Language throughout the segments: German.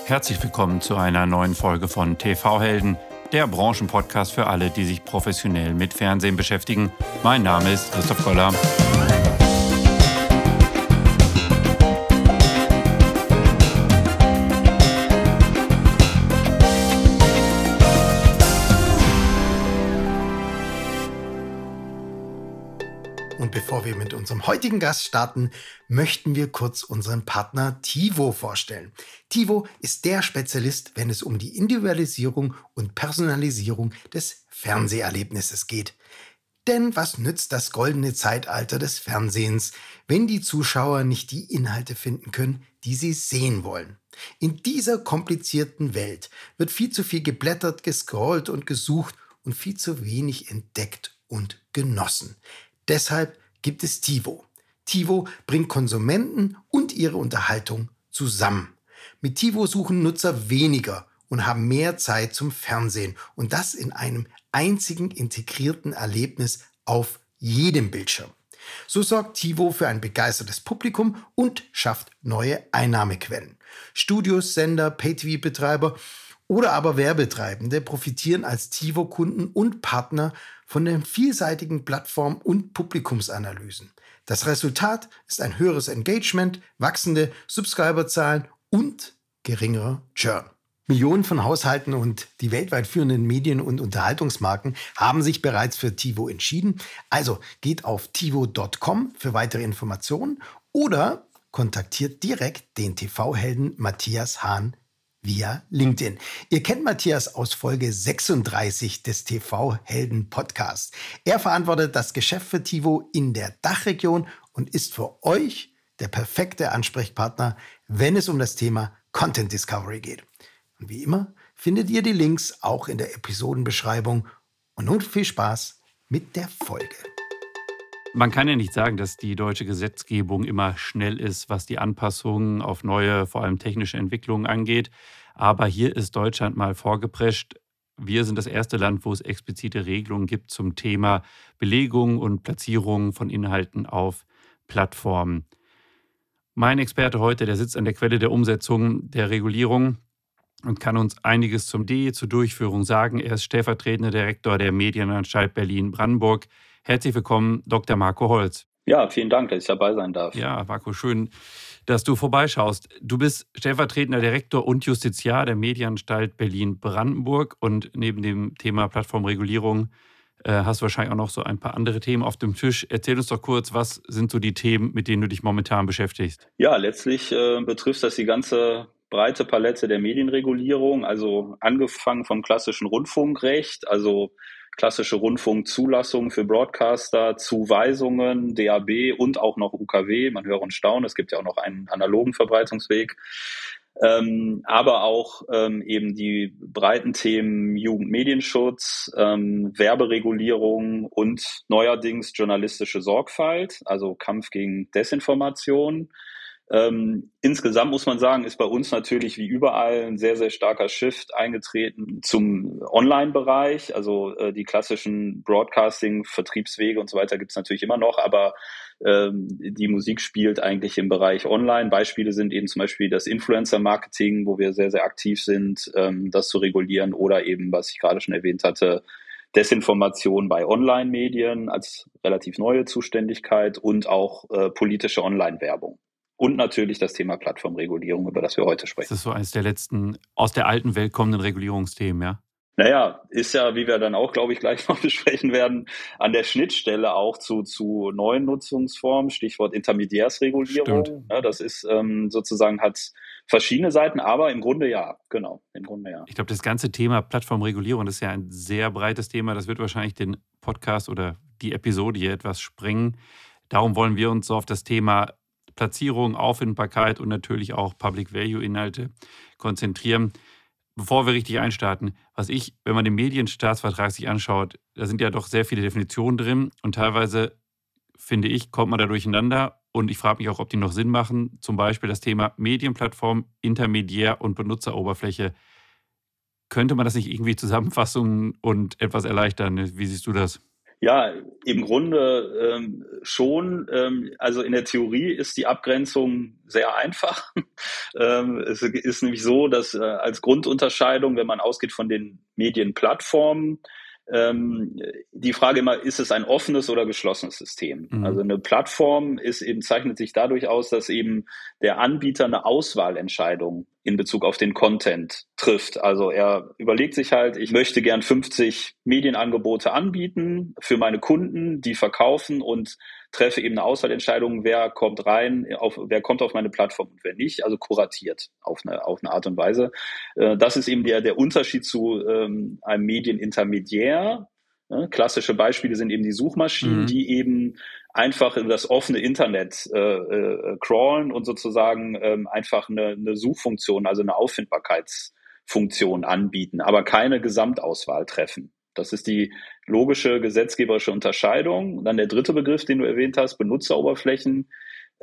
Herzlich willkommen zu einer neuen Folge von TV-Helden, der Branchenpodcast für alle, die sich professionell mit Fernsehen beschäftigen. Mein Name ist Christoph Goller. Und bevor wir mit unserem heutigen Gast starten, möchten wir kurz unseren Partner TiVo vorstellen. TiVo ist der Spezialist, wenn es um die Individualisierung und Personalisierung des Fernseherlebnisses geht. Denn was nützt das goldene Zeitalter des Fernsehens, wenn die Zuschauer nicht die Inhalte finden können, die sie sehen wollen? In dieser komplizierten Welt wird viel zu viel geblättert, gescrollt und gesucht und viel zu wenig entdeckt und genossen. Deshalb gibt es TiVo. TiVo bringt Konsumenten und ihre Unterhaltung zusammen. Mit TiVo suchen Nutzer weniger und haben mehr Zeit zum Fernsehen. Und das in einem einzigen integrierten Erlebnis auf jedem Bildschirm. So sorgt TiVo für ein begeistertes Publikum und schafft neue Einnahmequellen. Studios, Sender, Pay-TV-Betreiber oder aber Werbetreibende profitieren als TiVo-Kunden und Partner von den vielseitigen Plattform- und Publikumsanalysen. Das Resultat ist ein höheres Engagement, wachsende Subscriberzahlen und geringerer Churn. Millionen von Haushalten und die weltweit führenden Medien- und Unterhaltungsmarken haben sich bereits für TiVo entschieden. Also geht auf tivo.com für weitere Informationen oder kontaktiert direkt den TV-Helden Matthias Hahn via LinkedIn. Ihr kennt Matthias aus Folge 36 des TV-Helden-Podcasts. Er verantwortet das Geschäft für TiVo in der Dachregion und ist für euch der perfekte Ansprechpartner, wenn es um das Thema Content Discovery geht. Und wie immer findet ihr die Links auch in der Episodenbeschreibung. Und nun viel Spaß mit der Folge. Man kann ja nicht sagen, dass die deutsche Gesetzgebung immer schnell ist, was die Anpassungen auf neue, vor allem technische Entwicklungen angeht. Aber hier ist Deutschland mal vorgeprescht. Wir sind das erste Land, wo es explizite Regelungen gibt zum Thema Belegung und Platzierung von Inhalten auf Plattformen. Mein Experte heute, der sitzt an der Quelle der Umsetzung der Regulierung und kann uns einiges zur Durchführung sagen. Er ist stellvertretender Direktor der Medienanstalt Berlin-Brandenburg. Herzlich willkommen, Dr. Marco Holz. Ja, vielen Dank, dass ich dabei sein darf. Ja, Marco, schön, dass du vorbeischaust. Du bist stellvertretender Direktor und Justiziar der Medienanstalt Berlin-Brandenburg und neben dem Thema Plattformregulierung hast du wahrscheinlich auch noch so ein paar andere Themen auf dem Tisch. Erzähl uns doch kurz, was sind so die Themen, mit denen du dich momentan beschäftigst? Ja, letztlich betrifft das die ganze breite Palette der Medienregulierung, also angefangen vom klassischen Rundfunkrecht, also klassische Rundfunkzulassung für Broadcaster, Zuweisungen, DAB und auch noch UKW, man höre und staune, es gibt ja auch noch einen analogen Verbreitungsweg, aber auch eben die breiten Themen Jugendmedienschutz, Werberegulierung und neuerdings journalistische Sorgfalt, also Kampf gegen Desinformation. Insgesamt muss man sagen, ist bei uns natürlich wie überall ein sehr, sehr starker Shift eingetreten zum Online-Bereich. Also die klassischen Broadcasting-Vertriebswege und so weiter gibt es natürlich immer noch, aber die Musik spielt eigentlich im Bereich Online. Beispiele sind eben zum Beispiel das Influencer-Marketing, wo wir sehr, sehr aktiv sind, das zu regulieren, oder eben, was ich gerade schon erwähnt hatte, Desinformation bei Online-Medien als relativ neue Zuständigkeit und auch politische Online-Werbung. Und natürlich das Thema Plattformregulierung, über das wir heute sprechen. Das ist so eines der letzten aus der alten Welt kommenden Regulierungsthemen, ja? Naja, ist ja, wie wir dann auch, glaube ich, gleich noch besprechen werden, an der Schnittstelle auch zu neuen Nutzungsformen, Stichwort Intermediärsregulierung. Stimmt. Ja, das ist sozusagen, hat verschiedene Seiten, aber im Grunde ja, genau, im Grunde ja. Ich glaube, das ganze Thema Plattformregulierung, das ist ja ein sehr breites Thema. Das wird wahrscheinlich den Podcast oder die Episode hier etwas sprengen. Darum wollen wir uns so auf das Thema Platzierung, Auffindbarkeit und natürlich auch Public-Value-Inhalte konzentrieren. Bevor wir richtig einstarten, wenn man den Medienstaatsvertrag sich anschaut, da sind ja doch sehr viele Definitionen drin und teilweise, finde ich, kommt man da durcheinander und ich frage mich auch, ob die noch Sinn machen. Zum Beispiel das Thema Medienplattform, Intermediär und Benutzeroberfläche. Könnte man das nicht irgendwie zusammenfassen und etwas erleichtern? Wie siehst du das? Ja, im Grunde schon. Also in der Theorie ist die Abgrenzung sehr einfach. Es ist nämlich so, dass als Grundunterscheidung, wenn man ausgeht von den Medienplattformen, die Frage immer, ist es ein offenes oder geschlossenes System? Also eine Plattform zeichnet sich dadurch aus, dass eben der Anbieter eine Auswahlentscheidung in Bezug auf den Content trifft. Also er überlegt sich halt, ich möchte gern 50 Medienangebote anbieten für meine Kunden, die verkaufen, und treffe eben eine Auswahlentscheidung, wer kommt wer kommt auf meine Plattform und wer nicht, also kuratiert auf eine Art und Weise. Das ist eben der Unterschied zu einem Medienintermediär. Klassische Beispiele sind eben die Suchmaschinen, die eben einfach in das offene Internet crawlen und sozusagen einfach eine Suchfunktion, also eine Auffindbarkeitsfunktion anbieten, aber keine Gesamtauswahl treffen. Das ist die logische gesetzgeberische Unterscheidung. Und dann der dritte Begriff, den du erwähnt hast, Benutzeroberflächen.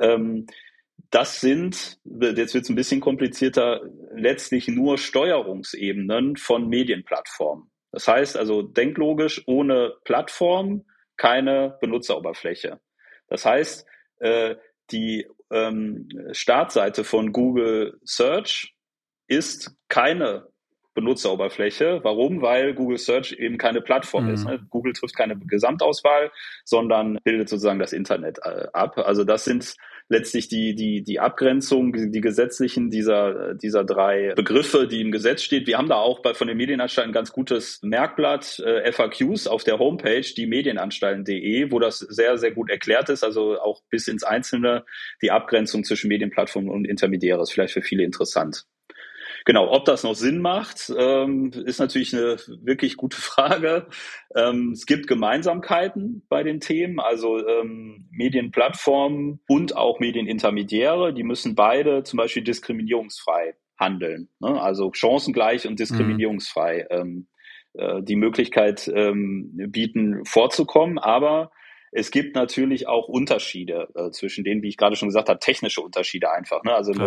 Das sind, jetzt wird es ein bisschen komplizierter, letztlich nur Steuerungsebenen von Medienplattformen. Das heißt also, denk logisch, ohne Plattform keine Benutzeroberfläche. Das heißt, die Startseite von Google Search ist keine Benutzeroberfläche. Warum? Weil Google Search eben keine Plattform ist. Ne? Google trifft keine Gesamtauswahl, sondern bildet sozusagen das Internet ab. Also das sind letztlich die Abgrenzung, die gesetzlichen dieser drei Begriffe, die im Gesetz steht. Wir haben da auch von den Medienanstalten ein ganz gutes Merkblatt, FAQs auf der Homepage, die medienanstalten.de, wo das sehr, sehr gut erklärt ist, also auch bis ins Einzelne die Abgrenzung zwischen Medienplattformen und Intermediäre ist vielleicht für viele interessant. Genau, ob das noch Sinn macht, ist natürlich eine wirklich gute Frage. Es gibt Gemeinsamkeiten bei den Themen, also Medienplattformen und auch Medienintermediäre, die müssen beide zum Beispiel diskriminierungsfrei handeln, ne? Also chancengleich und diskriminierungsfrei die Möglichkeit bieten, vorzukommen, aber es gibt natürlich auch Unterschiede zwischen denen, wie ich gerade schon gesagt habe, technische Unterschiede einfach, ne? Also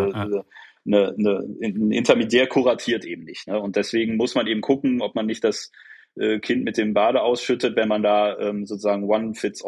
ein Intermediär kuratiert eben nicht, ne? Und deswegen muss man eben gucken, ob man nicht das Kind mit dem Bade ausschüttet, wenn man da sozusagen one fits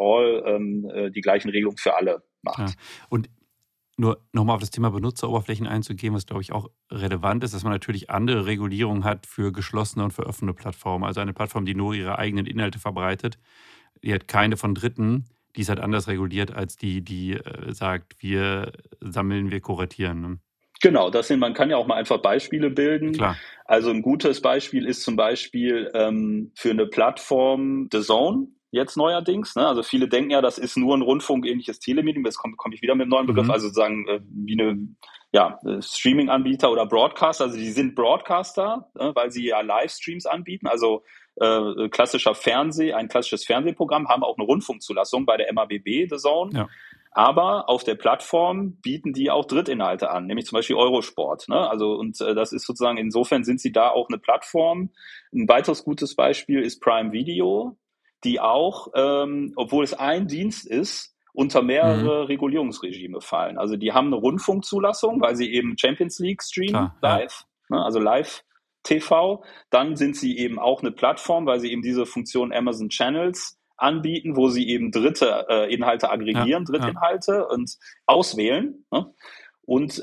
all die gleichen Regelungen für alle macht. Ja. Und nur nochmal auf das Thema Benutzeroberflächen einzugehen, was glaube ich auch relevant ist, dass man natürlich andere Regulierungen hat für geschlossene und für offene Plattformen. Also eine Plattform, die nur ihre eigenen Inhalte verbreitet, die hat keine von Dritten, die ist halt anders reguliert als die sagt, wir sammeln, wir kuratieren. Ne? Genau, man kann ja auch mal einfach Beispiele bilden. Klar. Also ein gutes Beispiel ist zum Beispiel für eine Plattform DAZN jetzt neuerdings. Ne? Also viele denken ja, das ist nur ein rundfunkähnliches Telemedium. Jetzt komme ich wieder mit einem neuen Begriff, also sozusagen wie eine Streaming-Anbieter oder Broadcaster. Also die sind Broadcaster, weil sie ja Livestreams anbieten. Also ein klassisches Fernsehprogramm, haben auch eine Rundfunkzulassung bei der MABB DAZN. Ja. Aber auf der Plattform bieten die auch Drittinhalte an, nämlich zum Beispiel Eurosport. Ne? Also das ist sozusagen, insofern sind sie da auch eine Plattform. Ein weiteres gutes Beispiel ist Prime Video, die auch, obwohl es ein Dienst ist, unter mehrere Regulierungsregime fallen. Also die haben eine Rundfunkzulassung, weil sie eben Champions League streamen live, ne? Also live TV. Dann sind sie eben auch eine Plattform, weil sie eben diese Funktion Amazon Channels anbieten, wo sie eben dritte Inhalte aggregieren, Drittinhalte und auswählen. Ne? Und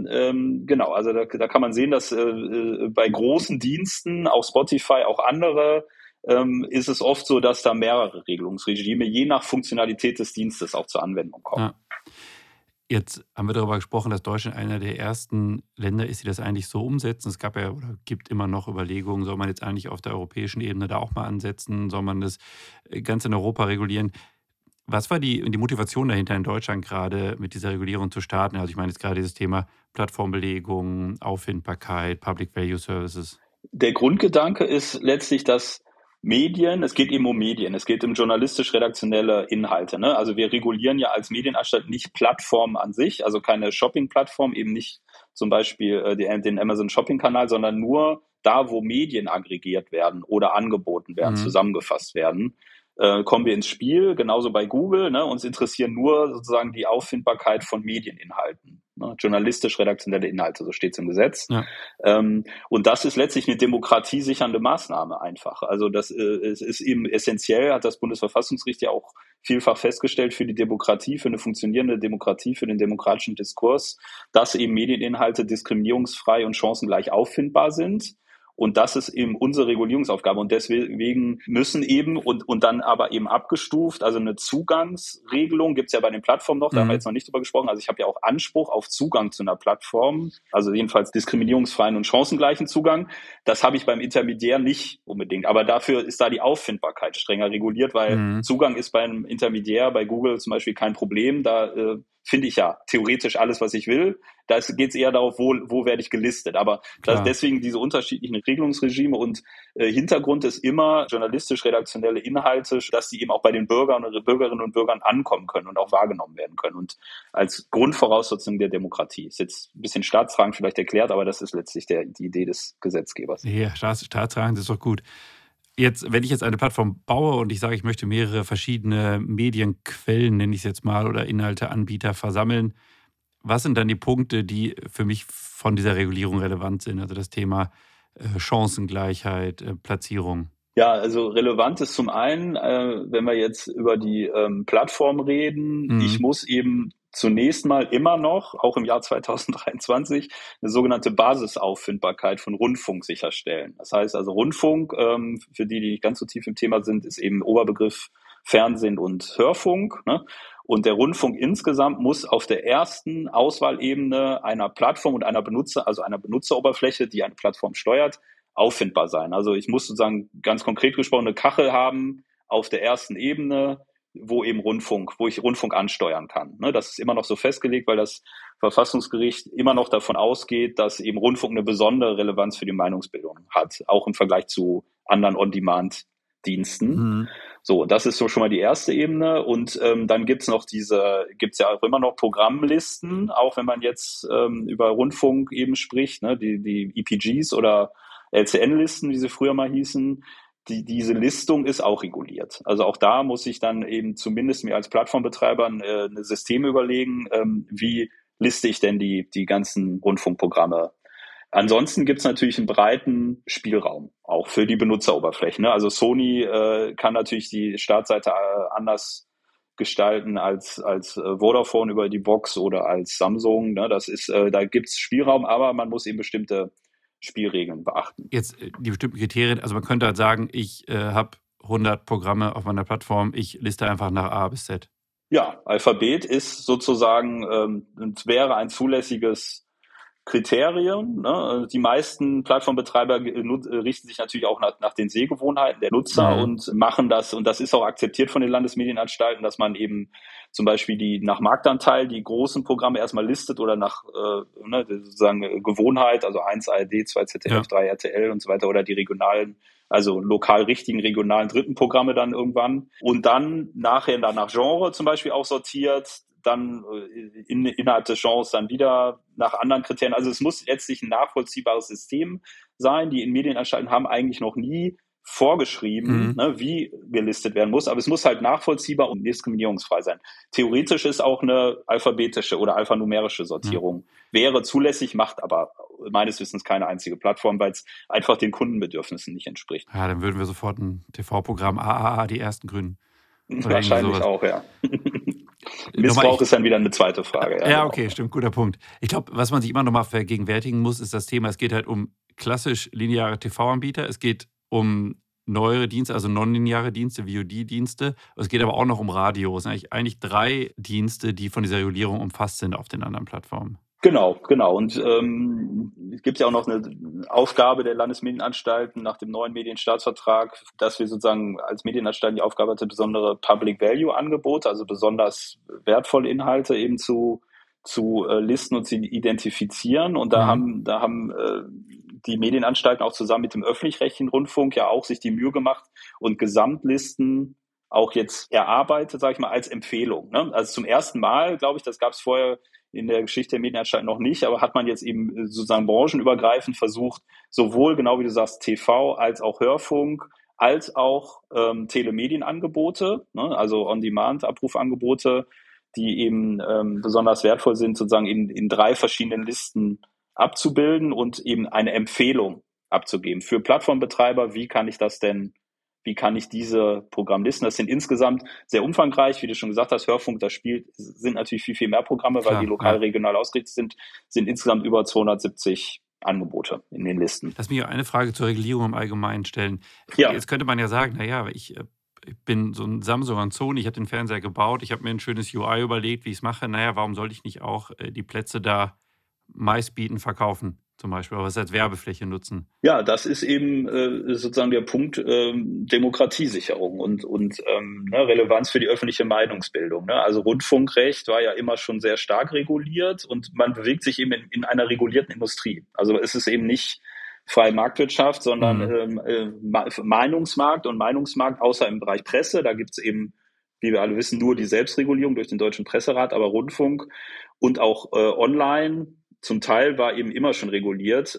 genau, also da kann man sehen, dass bei großen Diensten, auch Spotify, auch andere, ist es oft so, dass da mehrere Regelungsregime je nach Funktionalität des Dienstes auch zur Anwendung kommen. Ja. Jetzt haben wir darüber gesprochen, dass Deutschland einer der ersten Länder ist, die das eigentlich so umsetzen. Es gab ja oder gibt immer noch Überlegungen, soll man jetzt eigentlich auf der europäischen Ebene da auch mal ansetzen? Soll man das ganz in Europa regulieren? Was war die Motivation dahinter in Deutschland gerade mit dieser Regulierung zu starten? Also ich meine jetzt gerade dieses Thema Plattformbelegung, Auffindbarkeit, Public Value Services. Der Grundgedanke ist letztlich, dass es geht eben um Medien, es geht um journalistisch-redaktionelle Inhalte. Ne? Also wir regulieren ja als Medienanstalt nicht Plattformen an sich, also keine Shopping-Plattform, eben nicht zum Beispiel den Amazon Shopping-Kanal, sondern nur da, wo Medien aggregiert werden oder angeboten werden, zusammengefasst werden. kommen wir ins Spiel, genauso bei Google. Ne? Uns interessieren nur sozusagen die Auffindbarkeit von Medieninhalten, ne? Journalistisch-redaktionelle Inhalte, so steht es im Gesetz. Ja. Und das ist letztlich eine demokratiesichernde Maßnahme einfach. Also das ist eben essentiell, hat das Bundesverfassungsgericht ja auch vielfach festgestellt für die Demokratie, für eine funktionierende Demokratie, für den demokratischen Diskurs, dass eben Medieninhalte diskriminierungsfrei und chancengleich auffindbar sind. Und das ist eben unsere Regulierungsaufgabe. Und deswegen müssen eben und dann aber eben abgestuft, also eine Zugangsregelung gibt's ja bei den Plattformen noch, da haben wir jetzt noch nicht drüber gesprochen. Also ich habe ja auch Anspruch auf Zugang zu einer Plattform, also jedenfalls diskriminierungsfreien und chancengleichen Zugang. Das habe ich beim Intermediär nicht unbedingt. Aber dafür ist da die Auffindbarkeit strenger reguliert, weil Zugang ist beim Intermediär, bei Google zum Beispiel kein Problem. Da finde ich ja theoretisch alles, was ich will. Da geht es eher darauf, wo werde ich gelistet. Aber deswegen diese unterschiedlichen Regelungsregime und Hintergrund ist immer journalistisch-redaktionelle Inhalte, dass die eben auch bei den Bürgern und Bürgerinnen und Bürgern ankommen können und auch wahrgenommen werden können. Und als Grundvoraussetzung der Demokratie. Ist jetzt ein bisschen staatsfragend vielleicht erklärt, aber das ist letztlich die Idee des Gesetzgebers. Ja, staatsfragend ist doch gut. Jetzt, wenn ich jetzt eine Plattform baue und ich sage, ich möchte mehrere verschiedene Medienquellen, nenne ich es jetzt mal, oder Inhalteanbieter versammeln, was sind dann die Punkte, die für mich von dieser Regulierung relevant sind? Also das Thema Chancengleichheit, Platzierung. Ja, also relevant ist zum einen, wenn wir jetzt über die Plattform reden, ich muss eben zunächst mal immer noch, auch im Jahr 2023, eine sogenannte Basisauffindbarkeit von Rundfunk sicherstellen. Das heißt also Rundfunk, für die nicht ganz so tief im Thema sind, ist eben Oberbegriff Fernsehen und Hörfunk, ne? Und der Rundfunk insgesamt muss auf der ersten Auswahlebene einer Plattform und einer Benutzeroberfläche, die eine Plattform steuert, auffindbar sein. Also ich muss sozusagen ganz konkret gesprochen eine Kachel haben auf der ersten Ebene, wo ich Rundfunk ansteuern kann. Ne, das ist immer noch so festgelegt, weil das Verfassungsgericht immer noch davon ausgeht, dass eben Rundfunk eine besondere Relevanz für die Meinungsbildung hat, auch im Vergleich zu anderen On-Demand-Diensten. So, das ist so schon mal die erste Ebene. Und dann gibt's ja auch immer noch Programmlisten, auch wenn man jetzt über Rundfunk eben spricht, ne, die EPGs oder LCN-Listen, wie sie früher mal hießen. Diese Listung ist auch reguliert. Also auch da muss ich dann eben zumindest mir als Plattformbetreiber ein System überlegen, wie liste ich denn die ganzen Rundfunkprogramme. Ansonsten gibt es natürlich einen breiten Spielraum, auch für die Benutzeroberflächen. Ne? Also Sony kann natürlich die Startseite anders gestalten als Vodafone über die Box oder als Samsung. Ne? Da gibt es Spielraum, aber man muss eben bestimmte Spielregeln beachten. Jetzt die bestimmten Kriterien, also man könnte halt sagen, ich habe 100 Programme auf meiner Plattform, ich liste einfach nach A bis Z. Ja, Alphabet ist sozusagen, wäre ein zulässiges Kriterium. Ne? Die meisten Plattformbetreiber richten sich natürlich auch nach den Sehgewohnheiten der Nutzer und machen das, und das ist auch akzeptiert von den Landesmedienanstalten, dass man eben zum Beispiel nach Marktanteil die großen Programme erstmal listet oder nach sozusagen Gewohnheit, also 1 ARD, 2 ZDF, 3 RTL und so weiter, oder die regionalen, also lokal richtigen regionalen dritten Programme dann irgendwann. Und dann nachher nach Genre zum Beispiel auch sortiert, dann innerhalb des Genres dann wieder nach anderen Kriterien. Also es muss letztlich ein nachvollziehbares System sein. Die Medienanstalten haben eigentlich noch nie vorgeschrieben, wie gelistet werden muss, aber es muss halt nachvollziehbar und diskriminierungsfrei sein. Theoretisch ist auch eine alphabetische oder alphanumerische Sortierung wäre zulässig, macht aber meines Wissens keine einzige Plattform, weil es einfach den Kundenbedürfnissen nicht entspricht. Ja, dann würden wir sofort ein TV-Programm AAA, die ersten gründen. Wahrscheinlich auch, ja. Missbrauch ist dann wieder eine zweite Frage. Ja, okay, stimmt, guter Punkt. Ich glaube, was man sich immer noch mal vergegenwärtigen muss, ist das Thema, es geht halt um klassisch lineare TV-Anbieter, es geht um neuere Dienste, also nonlineare Dienste, VOD-Dienste. Es geht aber auch noch um Radios. Eigentlich 3 Dienste, die von dieser Regulierung umfasst sind auf den anderen Plattformen. Genau. Und es gibt ja auch noch eine Aufgabe der Landesmedienanstalten nach dem neuen Medienstaatsvertrag, dass wir sozusagen als Medienanstalten die Aufgabe hatte, besondere Public-Value-Angebote, also besonders wertvolle Inhalte eben zu listen und zu identifizieren. Und da haben die Medienanstalten auch zusammen mit dem öffentlich-rechtlichen Rundfunk ja auch sich die Mühe gemacht und Gesamtlisten auch jetzt erarbeitet, sage ich mal, als Empfehlung. Ne? Also zum ersten Mal, glaube ich, das gab es vorher in der Geschichte der Medienanstalten noch nicht, aber hat man jetzt eben sozusagen branchenübergreifend versucht, sowohl, genau wie du sagst, TV als auch Hörfunk als auch Telemedienangebote, ne, also On-Demand-Abrufangebote, die eben besonders wertvoll sind, sozusagen in 3 verschiedenen Listen abzubilden und eben eine Empfehlung abzugeben für Plattformbetreiber. Wie kann ich diese Programmlisten? Das sind insgesamt sehr umfangreich, wie du schon gesagt hast, Hörfunk, das spielt, sind natürlich viel, viel mehr Programme, weil die lokal, regional ausgerichtet sind insgesamt über 270 Angebote in den Listen. Lass mich auch eine Frage zur Regulierung im Allgemeinen stellen. Ja. Jetzt könnte man ja sagen, naja, ich bin so ein Samsung und Sony, ich habe den Fernseher gebaut, ich habe mir ein schönes UI überlegt, wie ich es mache. Naja, warum sollte ich nicht auch die Plätze da meistbieten, verkaufen zum Beispiel, aber es als Werbefläche nutzen? Ja, das ist eben sozusagen der Punkt Demokratiesicherung und Relevanz für die öffentliche Meinungsbildung. Ne? Also Rundfunkrecht war ja immer schon sehr stark reguliert und man bewegt sich eben in einer regulierten Industrie. Also es ist eben nicht freie Marktwirtschaft, sondern Meinungsmarkt und Meinungsmarkt, außer im Bereich Presse. Da gibt es eben, wie wir alle wissen, nur die Selbstregulierung durch den Deutschen Presserat, aber Rundfunk und auch online zum Teil war eben immer schon reguliert.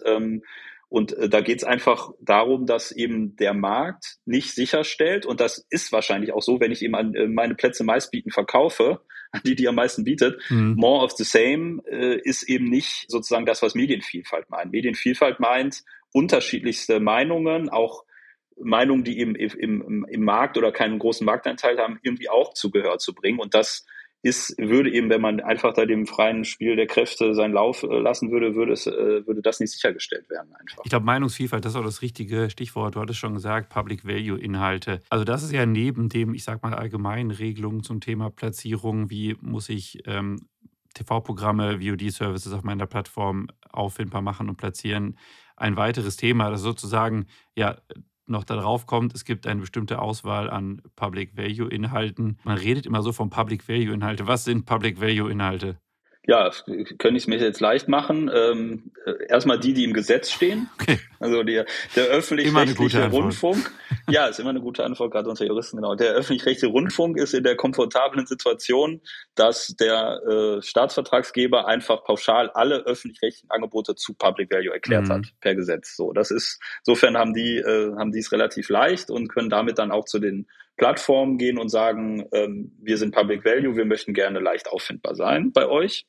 Und da geht es einfach darum, dass eben der Markt nicht sicherstellt, und das ist wahrscheinlich auch so, wenn ich eben meine Plätze meistbieten verkaufe, an die am meisten bietet, more of the same ist eben nicht sozusagen das, was Medienvielfalt meint. Medienvielfalt meint unterschiedlichste Meinungen, auch Meinungen, die eben im Markt oder keinen großen Marktanteil haben, irgendwie auch zu Gehör zu bringen. Und das würde eben, wenn man einfach da dem freien Spiel der Kräfte seinen Lauf lassen würde das nicht sichergestellt werden einfach. Ich glaube, Meinungsvielfalt, das ist auch das richtige Stichwort. Du hattest schon gesagt, Public-Value-Inhalte. Also das ist ja neben dem, ich sag mal, allgemeinen Regelungen zum Thema Platzierung, wie muss ich TV-Programme, VOD-Services auf meiner Plattform auffindbar machen und platzieren, ein weiteres Thema, das sozusagen ja noch darauf kommt, es gibt eine bestimmte Auswahl an Public-Value-Inhalten. Man redet immer so von Public-Value-Inhalte. Was sind Public-Value-Inhalte? Ja, könnte ich es mir jetzt leicht machen. Erstmal die im Gesetz stehen. Okay. Also der öffentlich-rechtliche Rundfunk. Ja, ist immer eine gute Antwort, gerade unter Juristen, genau. Der öffentlich-rechtliche Rundfunk ist in der komfortablen Situation, dass der Staatsvertragsgeber einfach pauschal alle öffentlich-rechtlichen Angebote zu Public Value erklärt hat, per Gesetz. So, das ist, insofern haben die es relativ leicht und können damit dann auch zu den Plattformen gehen und sagen, wir sind Public Value, wir möchten gerne leicht auffindbar sein bei euch.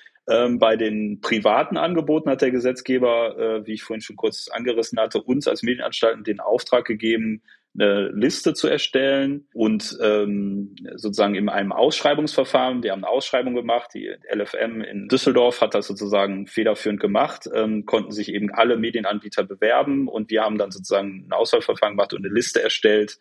Bei den privaten Angeboten hat der Gesetzgeber, wie ich vorhin schon kurz angerissen hatte, uns als Medienanstalten den Auftrag gegeben, eine Liste zu erstellen und sozusagen in einem Ausschreibungsverfahren, wir haben eine Ausschreibung gemacht, die LFM in Düsseldorf hat das sozusagen federführend gemacht, konnten sich eben alle Medienanbieter bewerben und wir haben dann sozusagen ein Auswahlverfahren gemacht und eine Liste erstellt,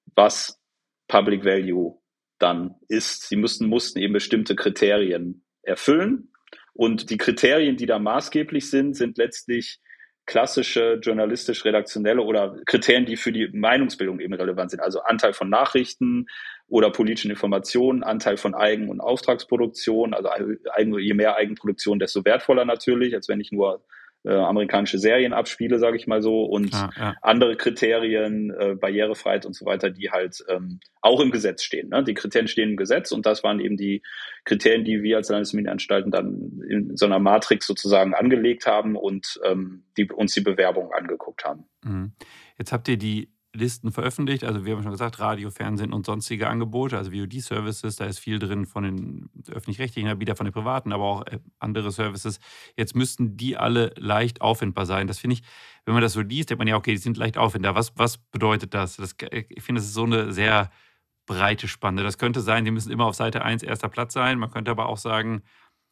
was Public Value dann ist. Sie mussten eben bestimmte Kriterien erfüllen. Und die Kriterien, die da maßgeblich sind letztlich klassische journalistisch-redaktionelle oder Kriterien, die für die Meinungsbildung eben relevant sind. Also Anteil von Nachrichten oder politischen Informationen, Anteil von Eigen- und Auftragsproduktion. Also je mehr Eigenproduktion, desto wertvoller natürlich, als wenn ich nur amerikanische Serien abspiele, sage ich mal so, und andere Kriterien, Barrierefreiheit und so weiter, die halt auch im Gesetz stehen. Ne? Die Kriterien stehen im Gesetz und das waren eben die Kriterien, die wir als Landesmedienanstalten dann in so einer Matrix sozusagen angelegt haben und uns die Bewerbung angeguckt haben. Jetzt habt ihr die Listen veröffentlicht, also wir haben schon gesagt, Radio, Fernsehen und sonstige Angebote, also VOD-Services, da ist viel drin von den öffentlich-rechtlichen Anbietern, von den privaten, aber auch andere Services. Jetzt müssten die alle leicht auffindbar sein. Das finde ich, wenn man das so liest, denkt man ja, okay, die sind leicht auffindbar. Was bedeutet das? Ich finde, das ist so eine sehr breite Spanne. Das könnte sein, die müssen immer auf Seite 1 erster Platz sein. Man könnte aber auch sagen,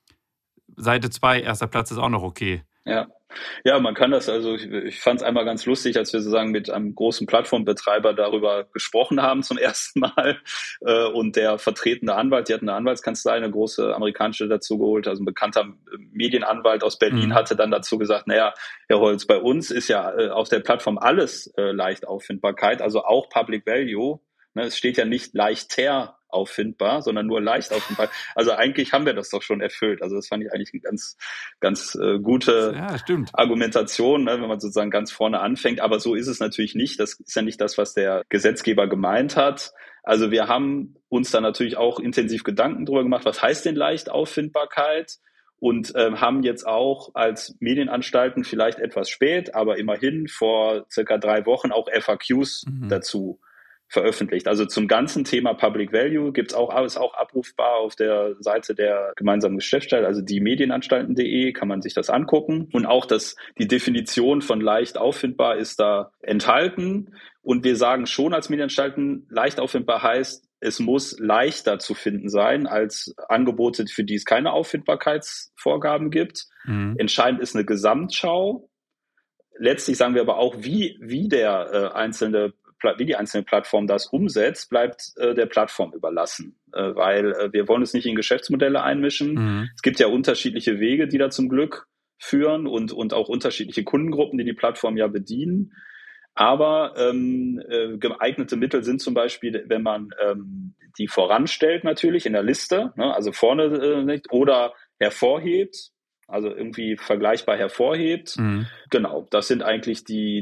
Seite 2 erster Platz ist auch noch okay. Ja, man kann das, also ich fand es einmal ganz lustig, als wir sozusagen mit einem großen Plattformbetreiber darüber gesprochen haben zum ersten Mal und der vertretende Anwalt, die hatten eine Anwaltskanzlei, eine große amerikanische dazu geholt, also ein bekannter Medienanwalt aus Berlin hatte dann dazu gesagt, naja, Herr Holz, bei uns ist ja auf der Plattform alles leicht Auffindbarkeit, also auch Public Value. Es steht ja nicht leichter auffindbar, sondern nur leicht auffindbar. Also eigentlich haben wir das doch schon erfüllt. Also das fand ich eigentlich eine ganz gute Argumentation, ne, wenn man sozusagen ganz vorne anfängt. Aber so ist es natürlich nicht. Das ist ja nicht das, was der Gesetzgeber gemeint hat. Also wir haben uns da natürlich auch intensiv Gedanken drüber gemacht, was heißt denn leicht Auffindbarkeit? und haben jetzt auch als Medienanstalten vielleicht etwas spät, aber immerhin vor circa 3 Wochen auch FAQs dazu veröffentlicht. Also zum ganzen Thema Public Value ist auch abrufbar auf der Seite der gemeinsamen Geschäftsstelle, also die Medienanstalten.de, kann man sich das angucken. Und auch die Definition von leicht auffindbar ist da enthalten. Und wir sagen schon als Medienanstalten, leicht auffindbar heißt, es muss leichter zu finden sein als Angebote, für die es keine Auffindbarkeitsvorgaben gibt. Entscheidend ist eine Gesamtschau. Letztlich sagen wir aber auch, wie die einzelne Plattform das umsetzt, bleibt der Plattform überlassen, weil wir wollen uns nicht in Geschäftsmodelle einmischen. Es gibt ja unterschiedliche Wege, die da zum Glück führen und auch unterschiedliche Kundengruppen, die die Plattform ja bedienen. Aber geeignete Mittel sind zum Beispiel, wenn man die voranstellt natürlich in der Liste, ne, also vorne oder hervorhebt, also irgendwie vergleichbar hervorhebt. Genau, das sind eigentlich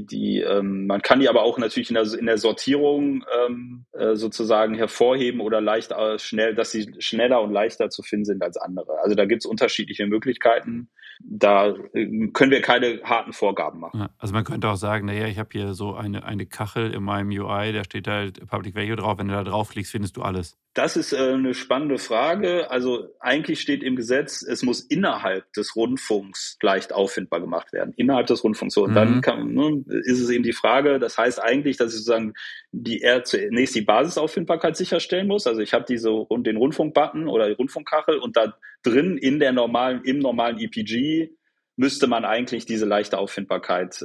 man kann die aber auch natürlich in der Sortierung sozusagen hervorheben oder dass sie schneller und leichter zu finden sind als andere. Also da gibt es unterschiedliche Möglichkeiten. Da können wir keine harten Vorgaben machen. Ja, also man könnte auch sagen, naja, ich habe hier so eine Kachel in meinem UI, da steht halt Public Value drauf. Wenn du da draufklickst, findest du alles. Das ist eine spannende Frage. Also eigentlich steht im Gesetz, es muss innerhalb des Rundfunks leicht auffindbar gemacht werden. Innerhalb des Rundfunks. So, und dann ist es eben die Frage, das heißt eigentlich, dass ich sozusagen zunächst die Basisauffindbarkeit sicherstellen muss. Also ich habe den Rundfunk-Button oder die Rundfunkkachel und da drin im normalen EPG müsste man eigentlich diese leichte Auffindbarkeit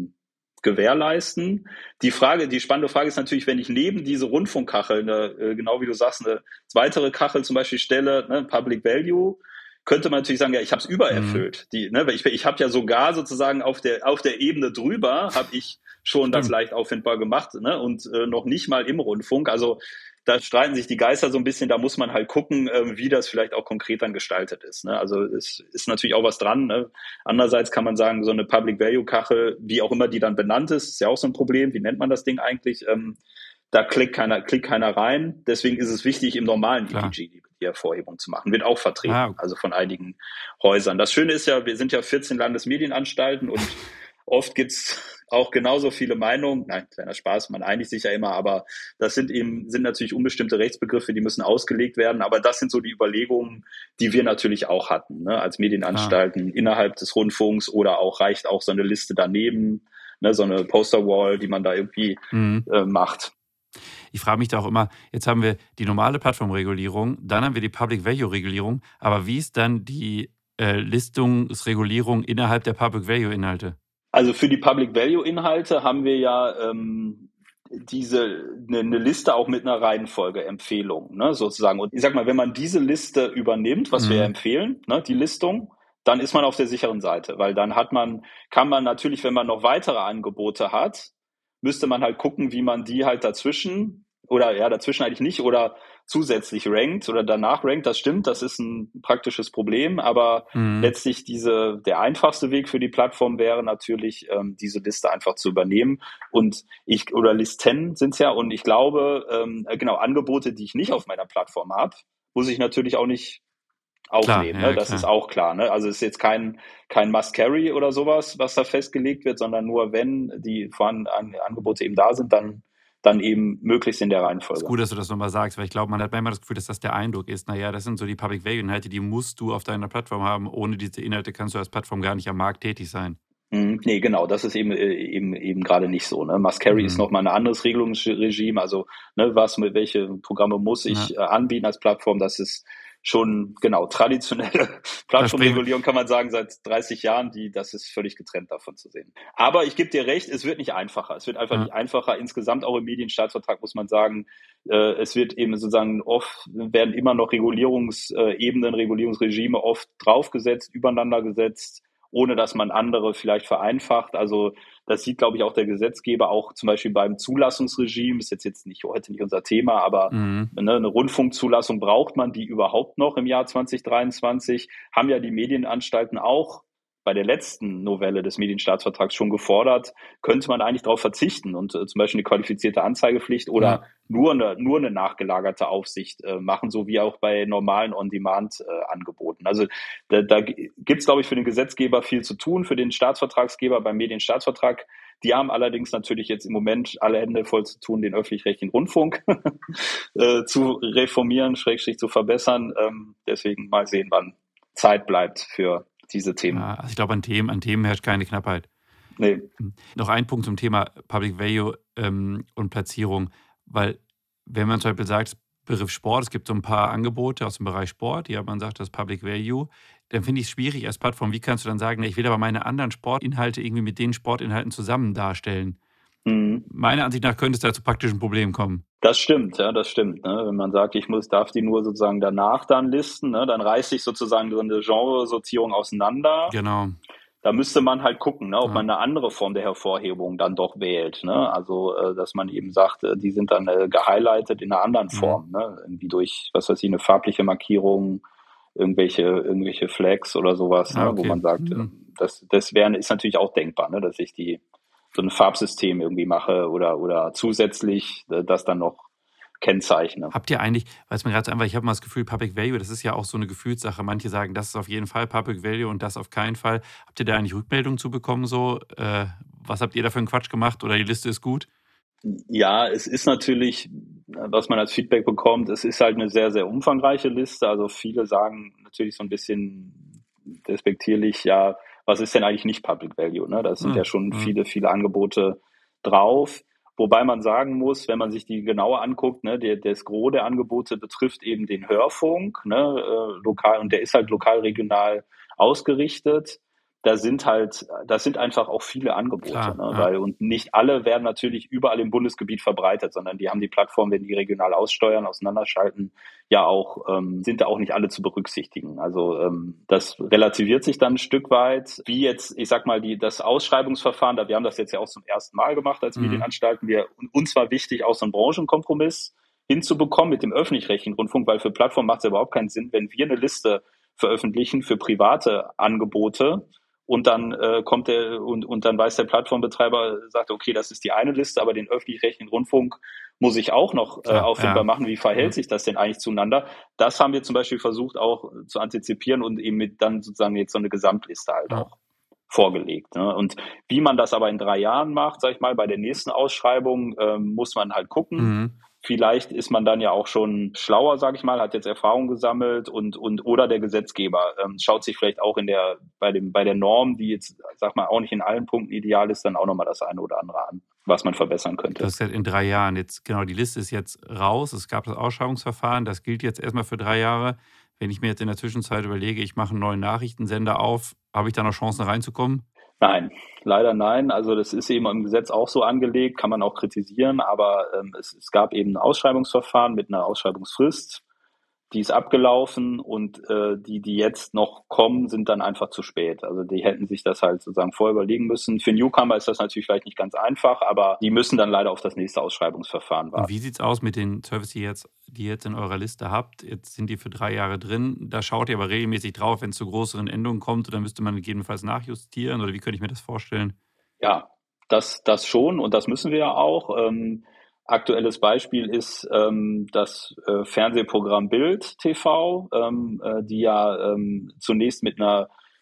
gewährleisten. Die spannende Frage ist natürlich, wenn ich neben diese Rundfunkkachel, genau wie du sagst, eine weitere Kachel zum Beispiel stelle, Public Value, könnte man natürlich sagen, ja, ich habe es übererfüllt. Ich habe ja sogar sozusagen auf der Ebene drüber habe ich schon das leicht auffindbar gemacht, ne? Und noch nicht mal im Rundfunk. Also da streiten sich die Geister so ein bisschen, da muss man halt gucken, wie das vielleicht auch konkret dann gestaltet ist. Ne? Also es ist natürlich auch was dran. Ne? Andererseits kann man sagen, so eine Public-Value-Kachel, wie auch immer die dann benannt ist ja auch so ein Problem. Wie nennt man das Ding eigentlich? Da klickt keiner rein. Deswegen ist es wichtig, im normalen EPG die Hervorhebung zu machen. Wird auch vertreten, also von einigen Häusern. Das Schöne ist ja, wir sind ja 14 Landesmedienanstalten und oft gibt's auch genauso viele Meinungen. Nein, kleiner Spaß, man einigt sich ja immer, aber das sind natürlich unbestimmte Rechtsbegriffe, die müssen ausgelegt werden. Aber das sind so die Überlegungen, die wir natürlich auch hatten, ne, als Medienanstalten innerhalb des Rundfunks oder reicht auch so eine Liste daneben, ne, so eine Posterwall, die man da irgendwie macht. Ich frage mich da auch immer, jetzt haben wir die normale Plattformregulierung, dann haben wir die Public-Value-Regulierung, aber wie ist dann die Listungsregulierung innerhalb der Public-Value-Inhalte? Also für die Public-Value-Inhalte haben wir ja eine Liste auch mit einer Reihenfolge-Empfehlung, ne, sozusagen. Und ich sag mal, wenn man diese Liste übernimmt, was wir ja empfehlen, ne, die Listung, dann ist man auf der sicheren Seite, weil dann kann man natürlich, wenn man noch weitere Angebote hat, müsste man halt gucken, wie man die halt dazwischen eigentlich nicht oder zusätzlich rankt oder danach rankt. Das stimmt, das ist ein praktisches Problem, aber letztlich der einfachste Weg für die Plattform wäre natürlich, diese Liste einfach zu übernehmen oder Listen sind's ja, und ich glaube, Angebote, die ich nicht auf meiner Plattform habe, muss ich natürlich auch nicht aufnehmen. Klar, das ist auch klar. Ne? Also es ist jetzt kein Must-Carry oder sowas, was da festgelegt wird, sondern nur, wenn die vorhandenen Angebote eben da sind, dann eben möglichst in der Reihenfolge. Es ist gut, dass du das nochmal sagst, weil ich glaube, man hat manchmal das Gefühl, dass das der Eindruck ist. Naja, das sind so die Public-Value-Inhalte, die musst du auf deiner Plattform haben. Ohne diese Inhalte kannst du als Plattform gar nicht am Markt tätig sein. Nee, genau, das ist eben gerade nicht so. Ne? Must-Carry ist nochmal ein anderes Regelungsregime. Also welche Programme muss ich anbieten als Plattform, das ist schon, traditionelle Plattformregulierung, kann man sagen, seit 30 Jahren, das ist völlig getrennt davon zu sehen. Aber ich gebe dir recht, es wird nicht einfacher. Es wird einfach nicht einfacher. Insgesamt auch im Medienstaatsvertrag muss man sagen, es wird eben sozusagen werden immer noch Regulierungsebenen, Regulierungsregime oft draufgesetzt, übereinander gesetzt, ohne dass man andere vielleicht vereinfacht. Also das sieht, glaube ich, auch der Gesetzgeber, auch zum Beispiel beim Zulassungsregime, ist jetzt nicht heute nicht unser Thema, aber eine Rundfunkzulassung braucht man die überhaupt noch im Jahr 2023, haben ja die Medienanstalten auch bei der letzten Novelle des Medienstaatsvertrags schon gefordert, könnte man eigentlich darauf verzichten und zum Beispiel eine qualifizierte Anzeigepflicht oder nur eine nachgelagerte Aufsicht machen, so wie auch bei normalen On-Demand-Angeboten. Also da gibt es, glaube ich, für den Gesetzgeber viel zu tun, für den Staatsvertragsgeber beim Medienstaatsvertrag. Die haben allerdings natürlich jetzt im Moment alle Hände voll zu tun, den öffentlich-rechtlichen Rundfunk zu reformieren, / zu verbessern. Deswegen mal sehen, wann Zeit bleibt für diese Themen. Ja, also ich glaube, an Themen herrscht keine Knappheit. Nee. Noch ein Punkt zum Thema Public Value und Platzierung, weil wenn man zum Beispiel sagt, Begriff Sport, es gibt so ein paar Angebote aus dem Bereich Sport, ja, man sagt das Public Value, dann finde ich es schwierig als Plattform, wie kannst du dann sagen, ich will aber meine anderen Sportinhalte irgendwie mit den Sportinhalten zusammen darstellen? Meiner Ansicht nach könnte es da zu praktischen Problemen kommen. Das stimmt, ja, das stimmt. Ne? Wenn man sagt, darf die nur sozusagen danach dann listen, ne? Dann reißt sich sozusagen so eine Genresortierung auseinander. Genau. Da müsste man halt gucken, ne, ob man eine andere Form der Hervorhebung dann doch wählt. Ne? Also, dass man eben sagt, die sind dann gehighlightet in einer anderen Form, ne? Irgendwie durch, was weiß ich, eine farbliche Markierung, irgendwelche Flags oder sowas, ne? Wo man sagt, das ist natürlich auch denkbar, ne? Dass ich so ein Farbsystem irgendwie mache oder zusätzlich das dann noch kennzeichne. Habt ihr eigentlich, weil es mir gerade so einfach, ich habe mal das Gefühl, Public Value, das ist ja auch so eine Gefühlssache. Manche sagen, das ist auf jeden Fall Public Value und das auf keinen Fall. Habt ihr da eigentlich Rückmeldungen zu bekommen? So, was habt ihr da für einen Quatsch gemacht oder die Liste ist gut? Ja, es ist natürlich, was man als Feedback bekommt, es ist halt eine sehr, sehr umfangreiche Liste. Also viele sagen natürlich so ein bisschen despektierlich, ja, was ist denn eigentlich nicht Public Value? Ne? Da sind ja schon viele, viele Angebote drauf. Wobei man sagen muss, wenn man sich die genauer anguckt, ne, das Gros der Angebote betrifft eben den Hörfunk, ne, lokal, und der ist halt lokal, regional ausgerichtet. Das sind einfach auch viele Angebote, Klar, ne, ja. und nicht alle werden natürlich überall im Bundesgebiet verbreitet, sondern die haben die Plattform, wenn die regional aussteuern, auseinanderschalten, ja auch, sind da auch nicht alle zu berücksichtigen. Also das relativiert sich dann ein Stück weit. Wie jetzt, ich sag mal, das Ausschreibungsverfahren, wir haben das jetzt ja auch zum ersten Mal gemacht als Medienanstalten. Uns war wichtig, auch so einen Branchenkompromiss hinzubekommen mit dem öffentlich-rechtlichen Rundfunk, weil für Plattformen macht es ja überhaupt keinen Sinn, wenn wir eine Liste veröffentlichen für private Angebote, und dann und dann weiß der Plattformbetreiber, sagt, okay, das ist die eine Liste, aber den öffentlich-rechtlichen Rundfunk muss ich auch noch auffindbar machen. Wie verhält sich das denn eigentlich zueinander? Das haben wir zum Beispiel versucht auch zu antizipieren und eben dann sozusagen jetzt so eine Gesamtliste halt auch vorgelegt. Ne? Und wie man das aber in 3 Jahren macht, sag ich mal, bei der nächsten Ausschreibung muss man halt gucken. Vielleicht ist man dann ja auch schon schlauer, sage ich mal, hat jetzt Erfahrung gesammelt oder der Gesetzgeber schaut sich vielleicht auch bei der Norm, die jetzt, sag mal, auch nicht in allen Punkten ideal ist, dann auch nochmal das eine oder andere an, was man verbessern könnte. Das ist in 3 Jahren. Jetzt, genau, die Liste ist jetzt raus. Es gab das Ausschreibungsverfahren, das gilt jetzt erstmal für 3 Jahre. Wenn ich mir jetzt in der Zwischenzeit überlege, ich mache einen neuen Nachrichtensender auf, habe ich da noch Chancen reinzukommen? Nein, leider nein. Also das ist eben im Gesetz auch so angelegt, kann man auch kritisieren, aber es gab eben ein Ausschreibungsverfahren mit einer Ausschreibungsfrist, die ist abgelaufen und die jetzt noch kommen, sind dann einfach zu spät. Also die hätten sich das halt sozusagen vorher überlegen müssen. Für Newcomer ist das natürlich vielleicht nicht ganz einfach, aber die müssen dann leider auf das nächste Ausschreibungsverfahren warten. Und wie sieht's aus mit den Services, die ihr jetzt in eurer Liste habt? Jetzt sind die für 3 Jahre drin. Da schaut ihr aber regelmäßig drauf, wenn es zu größeren Änderungen kommt, oder müsste man gegebenenfalls nachjustieren, oder wie könnte ich mir das vorstellen? Ja, das schon, und das müssen wir ja auch. Aktuelles Beispiel ist das Fernsehprogramm Bild TV, die ja zunächst mit einem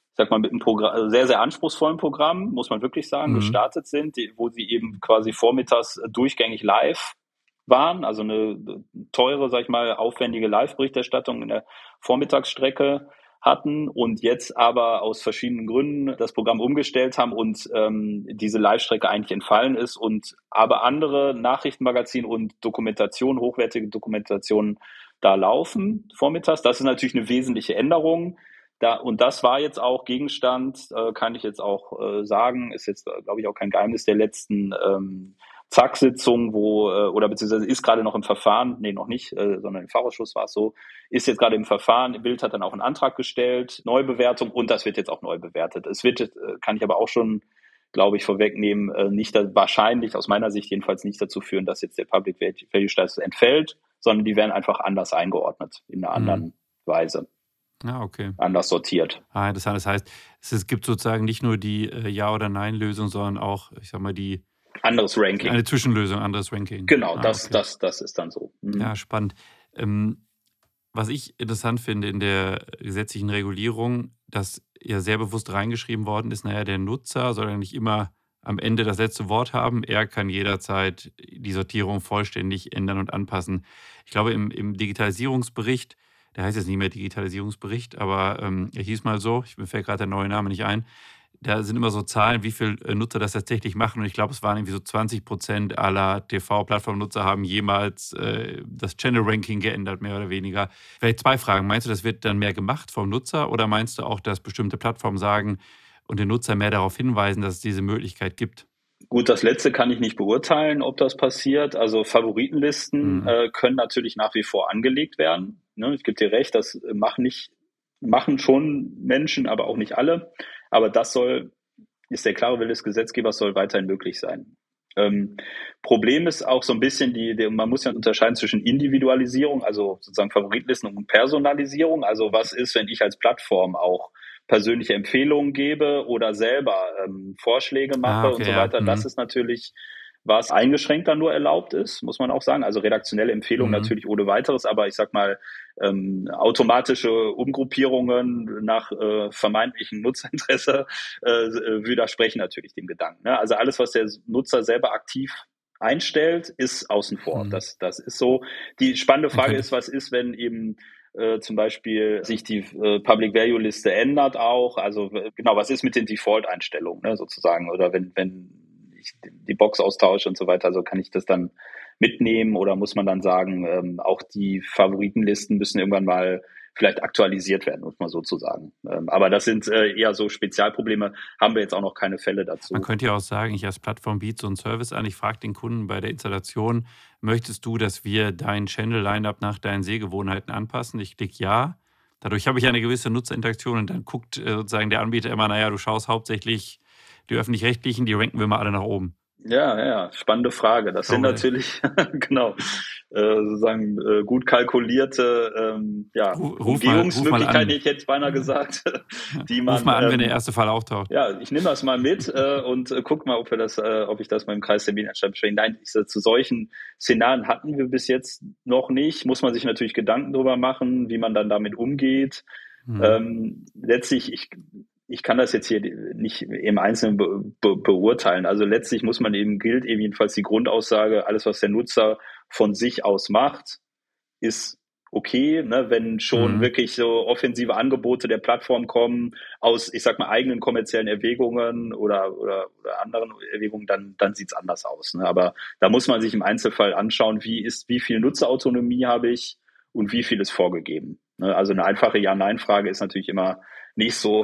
sehr, sehr anspruchsvollen Programm, muss man wirklich sagen, gestartet sind, wo sie eben quasi vormittags durchgängig live waren, also eine teure, sag ich mal, aufwendige Live-Berichterstattung in der Vormittagsstrecke hatten und jetzt aber aus verschiedenen Gründen das Programm umgestellt haben und diese Live-Strecke eigentlich entfallen ist und aber andere Nachrichtenmagazine und Dokumentation, hochwertige Dokumentationen da laufen vormittags. Das ist natürlich eine wesentliche Änderung. Und das war jetzt auch Gegenstand, kann ich jetzt auch sagen, ist jetzt, glaube ich, auch kein Geheimnis der letzten ZAK-Sitzung, oder beziehungsweise ist gerade noch im Verfahren, nee, noch nicht, sondern im Fachausschuss war es so, ist jetzt gerade im Verfahren. Bild hat dann auch einen Antrag gestellt, Neubewertung, und das wird jetzt auch neu bewertet. Es wird, kann ich aber auch schon, glaube ich, vorwegnehmen, wahrscheinlich aus meiner Sicht jedenfalls nicht dazu führen, dass jetzt der Public Value Status entfällt, sondern die werden einfach anders eingeordnet, in einer anderen Weise. Okay. anders sortiert. Interessant. Das heißt, es gibt sozusagen nicht nur die Ja- oder Nein-Lösung, sondern auch, ich sag mal, Anderes Ranking. Eine Zwischenlösung, anderes Ranking. Genau, das Okay. ist dann so. Ja, spannend. Was ich interessant finde in der gesetzlichen Regulierung, dass ja sehr bewusst reingeschrieben worden ist, der Nutzer soll ja nicht immer am Ende das letzte Wort haben. Er kann jederzeit die Sortierung vollständig ändern und anpassen. Ich glaube, im Digitalisierungsbericht, der heißt jetzt nicht mehr Digitalisierungsbericht, aber er hieß mal so, mir fällt gerade der neue Name nicht ein, da sind immer so Zahlen, wie viele Nutzer das tatsächlich machen. Und ich glaube, es waren irgendwie so 20% aller TV-Plattformnutzer haben jemals das Channel-Ranking geändert, mehr oder weniger. Vielleicht 2 Fragen. Meinst du, das wird dann mehr gemacht vom Nutzer oder meinst du auch, dass bestimmte Plattformen sagen und den Nutzer mehr darauf hinweisen, dass es diese Möglichkeit gibt? Gut, das Letzte kann ich nicht beurteilen, ob das passiert. Also Favoritenlisten können natürlich nach wie vor angelegt werden. Ne? Ich gebe dir recht, das machen schon Menschen, aber auch nicht alle. Aber ist der klare Wille des Gesetzgebers, soll weiterhin möglich sein. Problem ist auch so ein bisschen man muss ja unterscheiden zwischen Individualisierung, also sozusagen Favoritenlisten und Personalisierung. Also was ist, wenn ich als Plattform auch persönliche Empfehlungen gebe oder selber Vorschläge mache Okay, und so ja. weiter. Das ist natürlich was eingeschränkt dann nur erlaubt ist, muss man auch sagen. Also redaktionelle Empfehlungen natürlich ohne weiteres, aber ich sag mal, automatische Umgruppierungen nach vermeintlichem Nutzerinteresse widersprechen natürlich dem Gedanken. Ne? Also alles, was der Nutzer selber aktiv einstellt, ist außen vor. Das ist so. Die spannende Frage ist, was ist, wenn eben zum Beispiel sich die Public Value Liste ändert auch. Also genau, was ist mit den Default-Einstellungen, ne, sozusagen? Oder wenn ich die Box austausche und so weiter, also kann ich das dann mitnehmen oder muss man dann sagen, auch die Favoritenlisten müssen irgendwann mal vielleicht aktualisiert werden, muss man sozusagen. Aber das sind eher so Spezialprobleme, haben wir jetzt auch noch keine Fälle dazu. Man könnte ja auch sagen, ich als Plattform biete so einen Service an, ich frage den Kunden bei der Installation, möchtest du, dass wir dein Channel-Line-Up nach deinen Sehgewohnheiten anpassen? Ich klicke ja. Dadurch habe ich eine gewisse Nutzerinteraktion und dann guckt sozusagen der Anbieter immer, du schaust hauptsächlich die Öffentlich-Rechtlichen, die ranken wir mal alle nach oben. Ja, spannende Frage. Das sind natürlich, genau, sozusagen gut kalkulierte Umgehungsmöglichkeiten, hätte ich jetzt beinahe gesagt, die man. Ruf mal an, wenn der erste Fall auftaucht. Ja, ich nehme das mal mit und guck mal, ob ich das mal im Kreis der Medienanstalt bespreche. Nein, zu solchen Szenarien hatten wir bis jetzt noch nicht. Muss man sich natürlich Gedanken darüber machen, wie man dann damit umgeht. Letztlich, ich kann das jetzt hier nicht im Einzelnen beurteilen. Also letztlich gilt eben jedenfalls die Grundaussage, alles, was der Nutzer von sich aus macht, ist okay, ne, wenn schon wirklich so offensive Angebote der Plattform kommen aus, ich sag mal, eigenen kommerziellen Erwägungen oder anderen Erwägungen, dann sieht's anders aus. Ne? Aber da muss man sich im Einzelfall anschauen, wie viel Nutzerautonomie habe ich und wie viel ist vorgegeben. Ne? Also eine einfache Ja-Nein-Frage ist natürlich immer nicht so,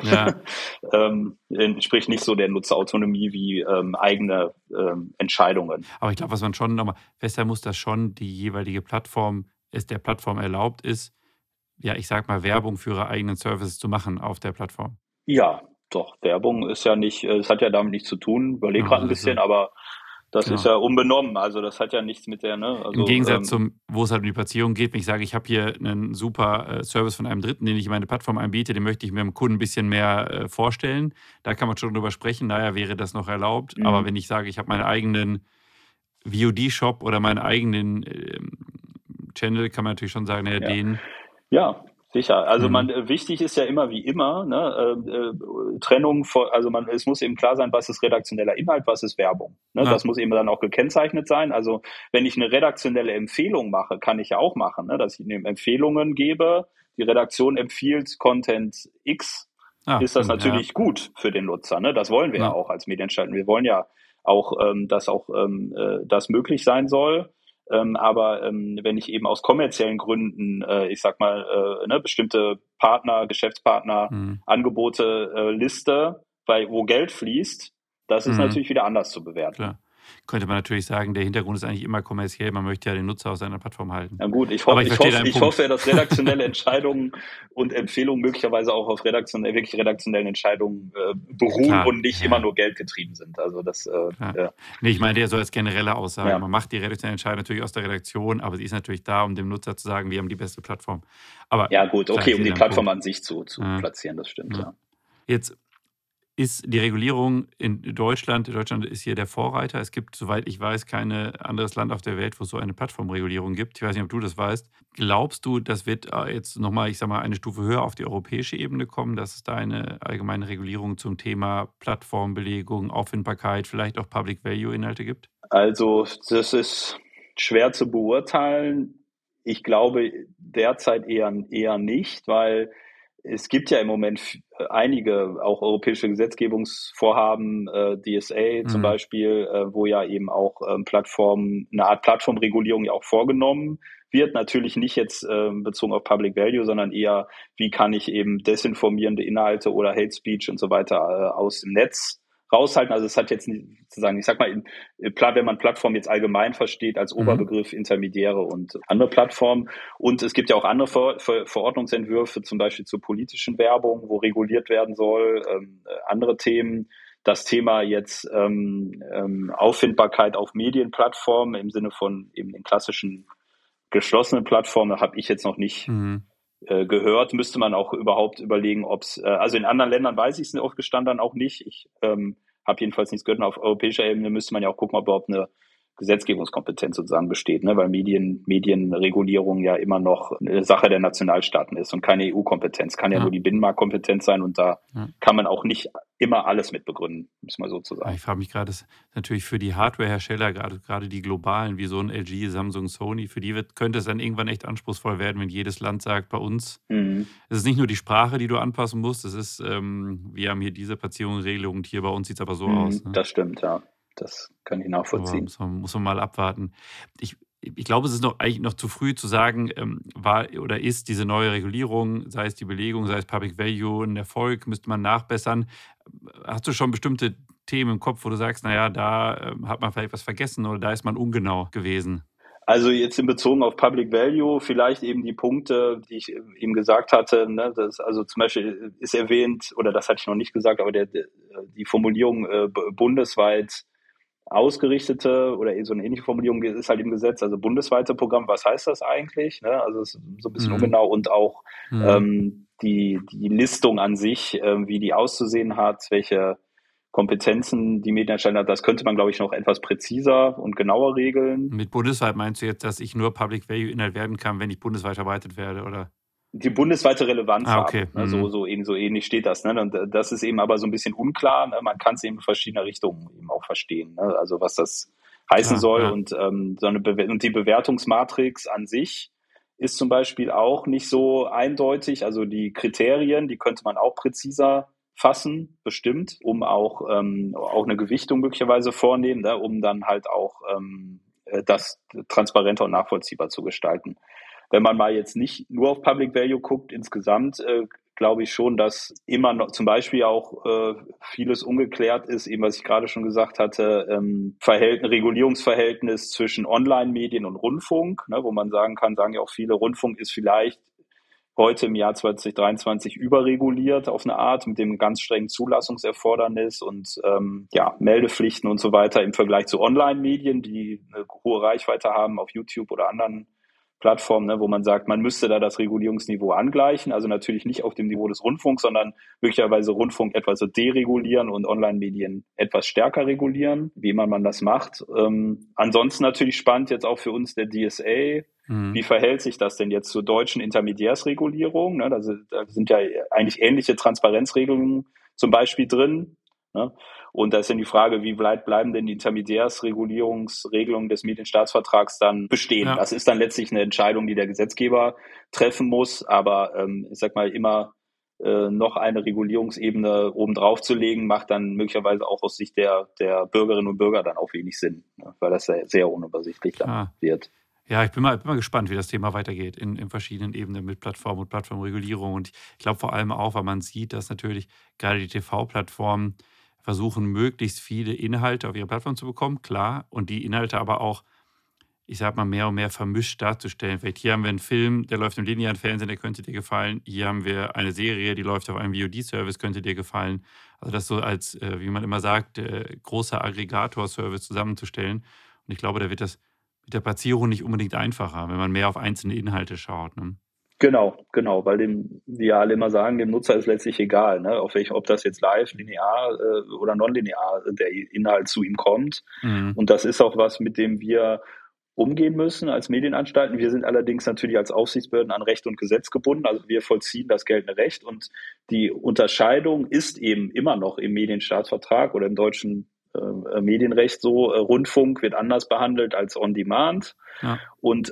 entspricht nicht so der Nutzerautonomie wie eigene Entscheidungen. Aber ich glaube, was man schon nochmal festhalten muss, dass schon die jeweilige Plattform es der Plattform erlaubt ist, ja, ich sag mal, Werbung für ihre eigenen Services zu machen auf der Plattform. Ja, doch, Werbung ist ja nicht, es hat ja damit nichts zu tun, überlege gerade ein bisschen, aber das ist ja unbenommen, also das hat ja nichts mit der, ne? Also, im Gegensatz zum, wo es halt um die Platzierung geht, wenn ich sage, ich habe hier einen super Service von einem Dritten, den ich in meine Plattform anbiete, den möchte ich mir dem Kunden ein bisschen mehr vorstellen. Da kann man schon drüber sprechen, wäre das noch erlaubt. Aber wenn ich sage, ich habe meinen eigenen VOD-Shop oder meinen eigenen Channel, kann man natürlich schon sagen, den... Ja, sicher. Also wichtig ist ja immer wie immer, ne, Trennung es muss eben klar sein, was ist redaktioneller Inhalt, was ist Werbung. Ne? Das muss eben dann auch gekennzeichnet sein. Also wenn ich eine redaktionelle Empfehlung mache, kann ich ja auch machen, ne, dass ich Empfehlungen gebe. Die Redaktion empfiehlt Content X, ist das natürlich gut für den Nutzer. Ne? Das wollen wir ja auch als Medienanstalt. Wir wollen ja auch, dass das möglich sein soll. Aber wenn ich eben aus kommerziellen Gründen, ich sag mal, bestimmte Partner, Geschäftspartner, Angebote liste, wo Geld fließt, das ist natürlich wieder anders zu bewerten. Klar. Könnte man natürlich sagen, der Hintergrund ist eigentlich immer kommerziell. Man möchte ja den Nutzer auf seiner Plattform halten. Na gut, ich Aber ich verstehe deinen Punkt. hoffe, dass redaktionelle Entscheidungen und Empfehlungen möglicherweise auch auf wirklich redaktionellen Entscheidungen beruhen Klar, und nicht immer nur geldgetrieben sind. Also das, ja. Nee, ich meine, der so als generelle Aussage. Ja. Man macht die redaktionelle Entscheidung natürlich aus der Redaktion, aber sie ist natürlich da, um dem Nutzer zu sagen, wir haben die beste Plattform. Aber ja gut, klar, okay, ich um sehe die deinen Plattform Punkt. an sich zu platzieren, das stimmt, ja. Jetzt ist die Regulierung in Deutschland ist hier der Vorreiter. Es gibt, soweit ich weiß, kein anderes Land auf der Welt, wo es so eine Plattformregulierung gibt. Ich weiß nicht, ob du das weißt. Glaubst du, das wird jetzt nochmal, ich sag mal, eine Stufe höher auf die europäische Ebene kommen, dass es da eine allgemeine Regulierung zum Thema Plattformbelegung, Auffindbarkeit, vielleicht auch Public-Value-Inhalte gibt? Also das ist schwer zu beurteilen. Ich glaube derzeit eher nicht, weil es gibt ja im Moment einige auch europäische Gesetzgebungsvorhaben, DSA zum Beispiel, wo ja eben auch eine Art Plattformregulierung ja auch vorgenommen wird. Natürlich nicht jetzt bezogen auf Public Value, sondern eher, wie kann ich eben desinformierende Inhalte oder Hate Speech und so weiter aus dem Netz raushalten. Also es hat jetzt nicht, sozusagen, ich sag mal, wenn man Plattform jetzt allgemein versteht, als Oberbegriff Intermediäre und andere Plattformen. Und es gibt ja auch andere Verordnungsentwürfe, zum Beispiel zur politischen Werbung, wo reguliert werden soll, andere Themen. Das Thema jetzt Auffindbarkeit auf Medienplattformen im Sinne von eben den klassischen geschlossenen Plattformen, habe ich jetzt noch nicht gehört. Müsste man auch überhaupt überlegen, ob es, also in anderen Ländern weiß ich es oft gestanden auch nicht. Ich habe jedenfalls nichts gehört. Und auf europäischer Ebene müsste man ja auch gucken, ob überhaupt eine Gesetzgebungskompetenz sozusagen besteht, ne? Weil Medienregulierung ja immer noch eine Sache der Nationalstaaten ist und keine EU-Kompetenz. Kann ja nur die Binnenmarktkompetenz sein und da kann man auch nicht immer alles mit begründen, um es mal so zu sagen. Ich frage mich gerade, das ist natürlich für die Hardwarehersteller, gerade die globalen, wie so ein LG, Samsung, Sony, für die könnte es dann irgendwann echt anspruchsvoll werden, wenn jedes Land sagt, bei uns, es ist nicht nur die Sprache, die du anpassen musst, es ist, wir haben hier diese Platzierungsregelung und hier bei uns sieht es aber so aus. Ne? Das stimmt, ja. Das kann ich nachvollziehen. Aber muss man mal abwarten. Ich glaube, es ist eigentlich noch zu früh zu sagen, war oder ist diese neue Regulierung, sei es die Belegung, sei es Public Value, ein Erfolg, müsste man nachbessern. Hast du schon bestimmte Themen im Kopf, wo du sagst, naja, da hat man vielleicht was vergessen oder da ist man ungenau gewesen? Also jetzt in Bezug auf Public Value vielleicht eben die Punkte, die ich eben gesagt hatte, ne, das also zum Beispiel ist erwähnt, oder das hatte ich noch nicht gesagt, aber die Formulierung bundesweit ausgerichtete oder so eine ähnliche Formulierung ist halt im Gesetz, also bundesweite Programm, was heißt das eigentlich? Ne? Also es ist so ein bisschen ungenau und auch die Listung an sich, wie die auszusehen hat, welche Kompetenzen die Medienhersteller hat, das könnte man, glaube ich, noch etwas präziser und genauer regeln. Mit bundesweit meinst du jetzt, dass ich nur Public-Value-Inhalt werden kann, wenn ich bundesweit verbreitet werde, oder? Die bundesweite Relevanz okay. haben. Ne? So ähnlich steht das. Ne? Und das ist eben aber so ein bisschen unklar. Ne? Man kann es eben in verschiedene Richtungen eben auch verstehen. Ne? Also was das heißen soll. Ja. Und die Bewertungsmatrix an sich ist zum Beispiel auch nicht so eindeutig. Also die Kriterien, die könnte man auch präziser fassen, bestimmt, um auch eine Gewichtung möglicherweise vornehmen, ne? Um dann halt auch das transparenter und nachvollziehbar zu gestalten. Wenn man mal jetzt nicht nur auf Public Value guckt, insgesamt glaube ich schon, dass immer noch zum Beispiel auch vieles ungeklärt ist, eben was ich gerade schon gesagt hatte, Regulierungsverhältnis zwischen Online-Medien und Rundfunk, ne, wo man sagen ja auch viele, Rundfunk ist vielleicht heute im Jahr 2023 überreguliert auf eine Art mit dem ganz strengen Zulassungserfordernis und Meldepflichten und so weiter im Vergleich zu Online-Medien, die eine hohe Reichweite haben auf YouTube oder anderen Plattformen, ne, wo man sagt, man müsste da das Regulierungsniveau angleichen, also natürlich nicht auf dem Niveau des Rundfunks, sondern möglicherweise Rundfunk etwas so deregulieren und Online-Medien etwas stärker regulieren, wie immer man das macht. Ansonsten natürlich spannend jetzt auch für uns der DSA. Wie verhält sich das denn jetzt zur deutschen Intermediärsregulierung? Ne, da sind ja eigentlich ähnliche Transparenzregelungen zum Beispiel drin. Ne? Und da ist dann die Frage, wie bleiben denn die Intermediärsregulierungsregelungen des Medienstaatsvertrags dann bestehen? Ja. Das ist dann letztlich eine Entscheidung, die der Gesetzgeber treffen muss. Aber ich sag mal, immer noch eine Regulierungsebene obendrauf zu legen, macht dann möglicherweise auch aus Sicht der Bürgerinnen und Bürger dann auch wenig Sinn, ne? Weil das sehr, sehr unübersichtlich dann wird. Ja, ich bin mal gespannt, wie das Thema weitergeht in verschiedenen Ebenen mit Plattformen und Plattformregulierung. Und ich glaube vor allem auch, weil man sieht, dass natürlich gerade die TV-Plattformen versuchen, möglichst viele Inhalte auf ihre Plattform zu bekommen, klar. Und die Inhalte aber auch, ich sag mal, mehr und mehr vermischt darzustellen. Vielleicht hier haben wir einen Film, der läuft im linearen Fernsehen, der könnte dir gefallen. Hier haben wir eine Serie, die läuft auf einem VOD-Service, könnte dir gefallen. Also das so als, wie man immer sagt, großer Aggregator-Service zusammenzustellen. Und ich glaube, da wird das mit der Platzierung nicht unbedingt einfacher, wenn man mehr auf einzelne Inhalte schaut. Ne? Genau, weil wie ja alle immer sagen, dem Nutzer ist letztlich egal, ne? Ob das jetzt live, linear oder nonlinear der Inhalt zu ihm kommt. Mhm. Und das ist auch was, mit dem wir umgehen müssen als Medienanstalten. Wir sind allerdings natürlich als Aufsichtsbehörden an Recht und Gesetz gebunden. Also wir vollziehen das geltende Recht. Und die Unterscheidung ist eben immer noch im Medienstaatsvertrag oder im deutschen Medienrecht so. Rundfunk wird anders behandelt als On-Demand. Ja. Und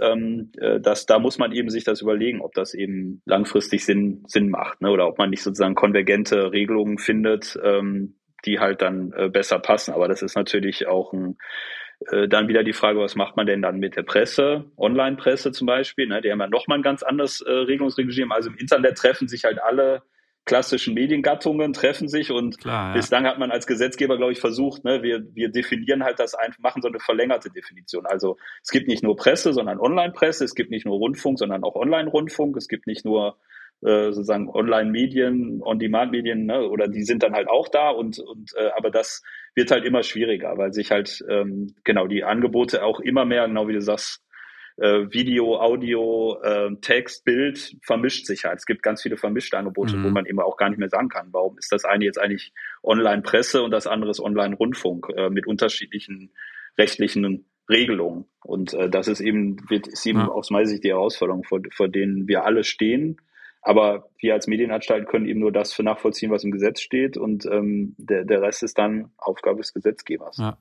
da muss man eben sich das überlegen, ob das eben langfristig Sinn macht, ne? Oder ob man nicht sozusagen konvergente Regelungen findet, die halt dann besser passen. Aber das ist natürlich auch dann wieder die Frage, was macht man denn dann mit der Presse, Online-Presse zum Beispiel, ne? Die haben ja nochmal ein ganz anderes Regelungsregime. Also im Internet treffen sich halt alle klassischen Mediengattungen treffen sich und Klar, ja. bislang hat man als Gesetzgeber, glaube ich, versucht, ne, wir definieren halt das einfach, machen so eine verlängerte Definition. Also es gibt nicht nur Presse, sondern Online-Presse, es gibt nicht nur Rundfunk, sondern auch Online-Rundfunk, es gibt nicht nur sozusagen Online-Medien, On-Demand-Medien, ne, oder die sind dann halt auch da aber das wird halt immer schwieriger, weil sich halt die Angebote auch immer mehr, genau wie du sagst, Video, Audio, Text, Bild vermischt sich halt. Es gibt ganz viele vermischte Angebote, wo man eben auch gar nicht mehr sagen kann, warum ist das eine jetzt eigentlich Online-Presse und das andere ist Online-Rundfunk mit unterschiedlichen rechtlichen Regelungen. Und das ist eben aus meiner Sicht die Herausforderung, vor denen wir alle stehen. Aber wir als Medienanstalt können eben nur das für nachvollziehen, was im Gesetz steht und der Rest ist dann Aufgabe des Gesetzgebers. Ja.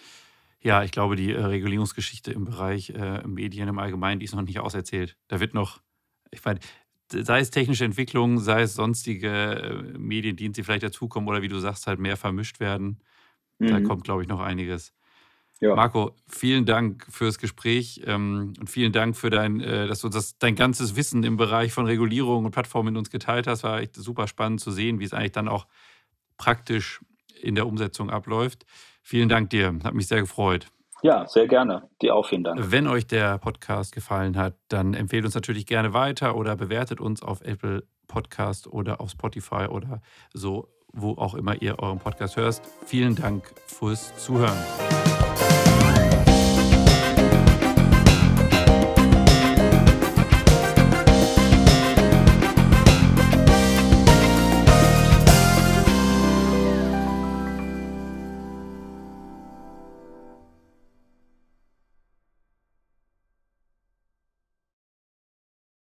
Ja, ich glaube, die Regulierungsgeschichte im Bereich Medien im Allgemeinen, die ist noch nicht auserzählt. Da wird noch, ich meine, sei es technische Entwicklung, sei es sonstige Mediendienste, die vielleicht dazukommen oder wie du sagst, halt mehr vermischt werden. Da kommt, glaube ich, noch einiges. Ja. Marco, vielen Dank fürs Gespräch und vielen Dank für dass du dein ganzes Wissen im Bereich von Regulierung und Plattformen mit uns geteilt hast. War echt super spannend zu sehen, wie es eigentlich dann auch praktisch in der Umsetzung abläuft. Vielen Dank dir, hat mich sehr gefreut. Ja, sehr gerne. Dir auch vielen Dank. Wenn euch der Podcast gefallen hat, dann empfehlt uns natürlich gerne weiter oder bewertet uns auf Apple Podcast oder auf Spotify oder so, wo auch immer ihr euren Podcast hörst. Vielen Dank fürs Zuhören.